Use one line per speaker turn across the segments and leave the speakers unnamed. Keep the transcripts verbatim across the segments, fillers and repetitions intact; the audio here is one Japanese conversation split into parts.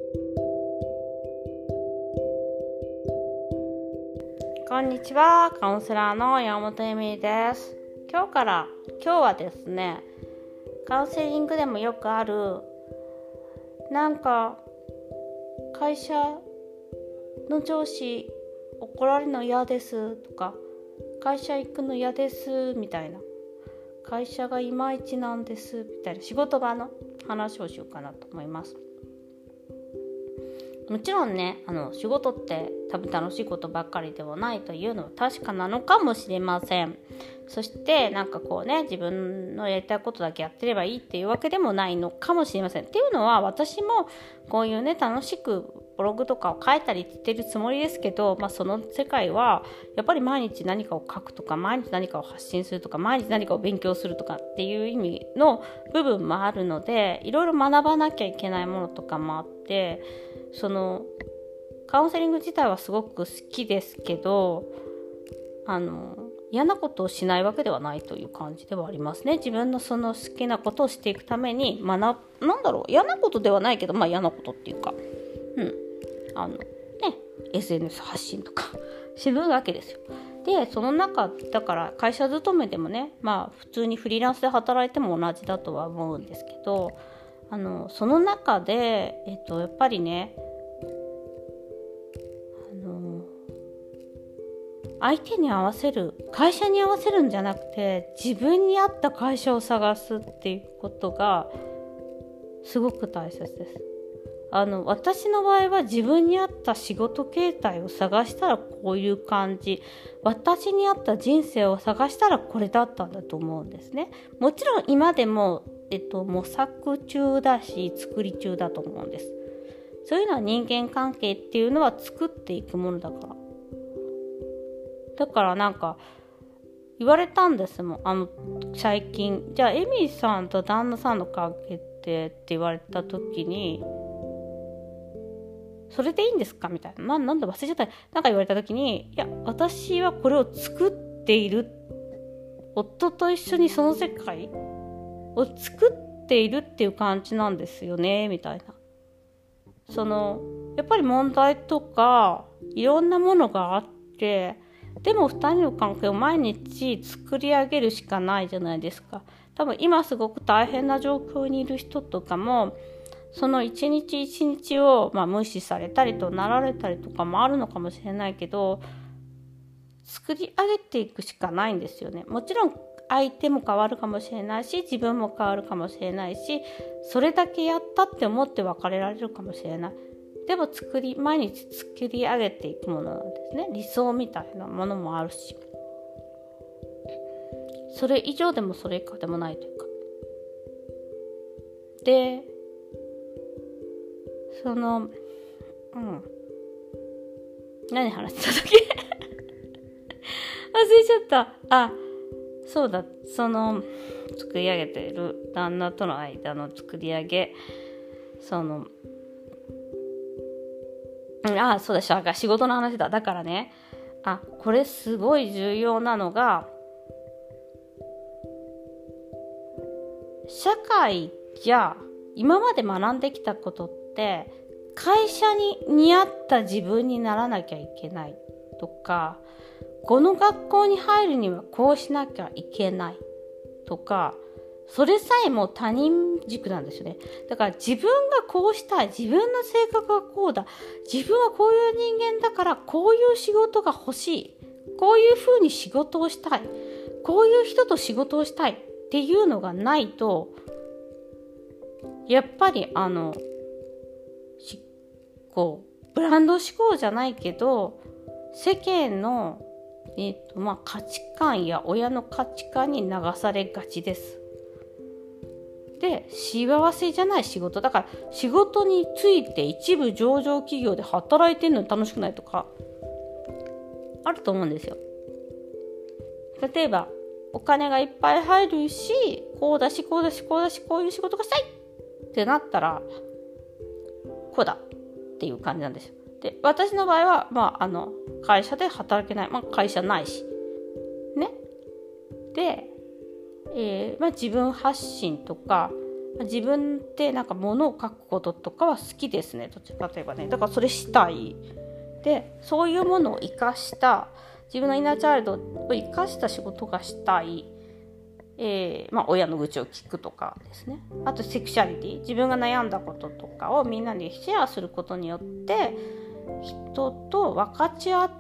こんにちは、カウンセラーの山本恵美です。今日から今日はですね、カウンセリングでもよくあるなんか会社の上司怒られるの嫌ですとか、会社行くの嫌ですみたいな、会社がいまいちなんですみたいな仕事場の話をしようかなと思います。もちろんね、あの仕事って多分楽しいことばっかりではないというのは確かなのかもしれません。そしてなんかこうね、自分のやりたいことだけやってればいいっていうわけでもないのかもしれません。っていうのは、私もこういうね、楽しくブログとかを書いたりしてるつもりですけど、まあ、その世界はやっぱり毎日何かを書くとか、毎日何かを発信するとか、毎日何かを勉強するとかっていう意味の部分もあるので、いろいろ学ばなきゃいけないものとかもあって、そのカウンセリング自体はすごく好きですけど、あの嫌なことをしないわけではないという感じではありますね。自分のその好きなことをしていくために学ぶ、なんだろう、嫌なことではないけど、まあ嫌なことっていうか、うんあのね エスエヌエス 発信とかするわけですよ。でその中だから会社勤めでもね、まあ普通にフリーランスで働いても同じだとは思うんですけど、あのその中で、えっと、やっぱりね、あの相手に合わせる、会社に合わせるんじゃなくて、自分に合った会社を探すっていうことがすごく大切です。あの私の場合は自分に合った仕事形態を探したらこういう感じ、私に合った人生を探したらこれだったんだと思うんですね。もちろん今でもえっと、模索中だし作り中だと思うんです。そういうのは人間関係っていうのは作っていくものだから。だからなんか言われたんですもん、あの最近、じゃあエミさんと旦那さんの関係ってって言われた時に、それでいいんですかみたいな、な、なんだ忘れちゃった、なんか言われた時に、いや私はこれを作っている、夫と一緒にその世界を作っているっていう感じなんですよねみたいな。そのやっぱり問題とかいろんなものがあって、でもふたりの関係を毎日作り上げるしかないじゃないですか。多分今すごく大変な状況にいる人とかも、その一日一日を、まあ、無視されたりとなられたりとかもあるのかもしれないけど、作り上げていくしかないんですよね。もちろん相手も変わるかもしれないし、自分も変わるかもしれないし、それだけやったって思って別れられるかもしれない。でも作り毎日作り上げていくものなんですね。理想みたいなものもあるし、それ以上でもそれ以下でもないというか。でそのうん何話してた時忘れちゃった。あそうだ、その作り上げている旦那との間の作り上げ、そのああそうだ、仕事の話だ。だからね、あこれすごい重要なのが、社会じゃ今まで学んできたことって会社に似合った自分にならなきゃいけないとか、この学校に入るにはこうしなきゃいけないとか、それさえも他人軸なんですよね。だから自分がこうしたい、自分の性格がこうだ、自分はこういう人間だからこういう仕事が欲しい、こういう風に仕事をしたい、こういう人と仕事をしたいっていうのがないと、やっぱりあのこうブランド志向じゃないけど、世間のえーとまあ、価値観や親の価値観に流されがちです。で、幸せじゃない仕事だから、仕事について一部上場企業で働いてるのに楽しくないとかあると思うんですよ。例えばお金がいっぱい入るし、こうだしこうだしこうだしこういう仕事がしたいってなったらこうだっていう感じなんですよ。で、私の場合は、まあ、あの会社で働けない、まあ、会社ないしね。で、えーまあ、自分発信とか自分でなんか物を書くこととかは好きですね。例えばね、だからそれしたい。で、そういうものを生かした自分のインナーチャイルドを生かした仕事がしたい。えーまあ、親の愚痴を聞くとかですね。あとセクシャリティ、自分が悩んだこととかをみんなにシェアすることによって人と分かち合って、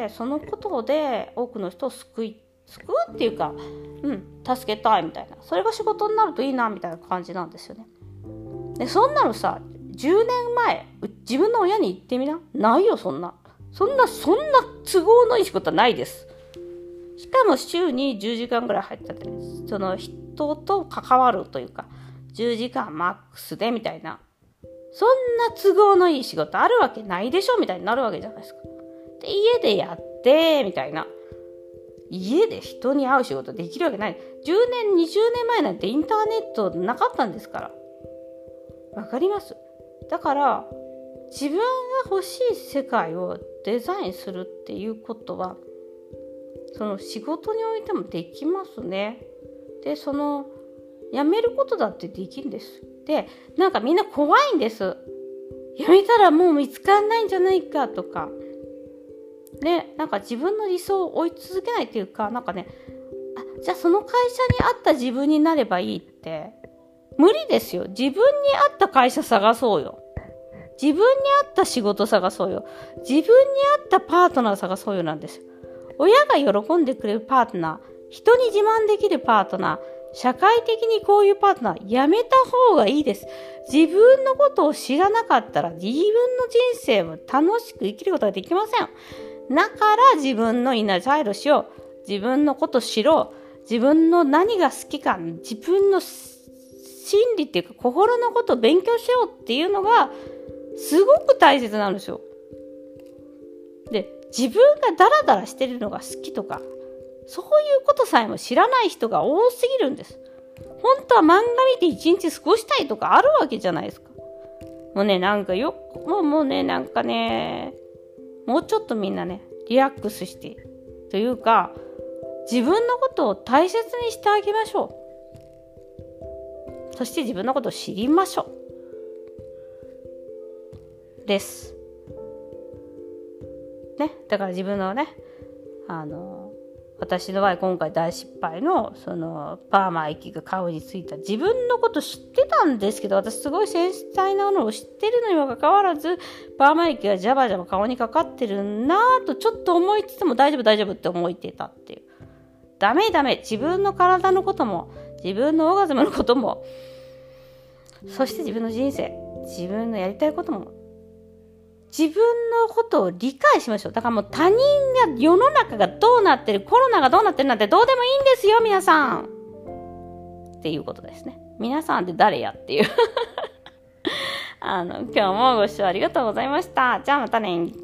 そのことで多くの人を救い救うっていうか、うん、助けたいみたいな、それが仕事になるといいなみたいな感じなんですよね。でそんなのさ、じゅうねんまえ自分の親に言ってみな。ないよ、そんなそんなそんな都合のいい仕事はないです。しかも週にじゅうじかんぐらい入ったって、その人と関わるというかじゅうじかんマックスでみたいな、そんな都合のいい仕事あるわけないでしょみたいになるわけじゃないですか。で家でやってみたいな、家で人に会う仕事できるわけない。じゅうねんにじゅうねんまえなんてインターネットなかったんですから。わかります。だから自分が欲しい世界をデザインするっていうことは、その仕事においてもできますね。でその辞めることだってできるんです。でなんかみんな怖いんです。辞めたらもう見つかんないんじゃないかとかね、なんか自分の理想を追い続けないっていうか、なんかね、あ、じゃあその会社に合った自分になればいいって無理ですよ。自分に合った会社探そうよ。自分に合った仕事探そうよ。自分に合ったパートナー探そうよなんですよ。親が喜んでくれるパートナー、人に自慢できるパートナー、社会的にこういうパートナーやめた方がいいです。自分のことを知らなかったら自分の人生を楽しく生きることができません。だから自分のインナーチャイルドしよう。自分のこと知ろう。自分の何が好きか、自分の心理っていうか心のことを勉強しようっていうのがすごく大切なんですよ。で、自分がダラダラしてるのが好きとか、そういうことさえも知らない人が多すぎるんです。本当は漫画見て一日過ごしたいとかあるわけじゃないですか。もうね、なんかよく、もうもうね、なんかね、もうちょっとみんなね、リラックスしてというか、自分のことを大切にしてあげましょう。そして自分のことを知りましょう。です。ね、だから自分のね、あの、私の場合今回大失敗のそのパーマ液が顔についた、自分のこと知ってたんですけど、私すごい繊細なものを知ってるのにもかかわらずパーマ液がジャバジャバ顔にかかってるなぁとちょっと思いつつも大丈夫大丈夫って思ってたっていう。ダメダメ、自分の体のことも自分のオーガズムのことも、そして自分の人生、自分のやりたいことも、自分のことを理解しましょう。だからもう他人が、世の中がどうなってる、コロナがどうなってるなんてどうでもいいんですよ、皆さん。っていうことですね。皆さんって誰やっていう。あの、今日もご視聴ありがとうございました。じゃあまたね。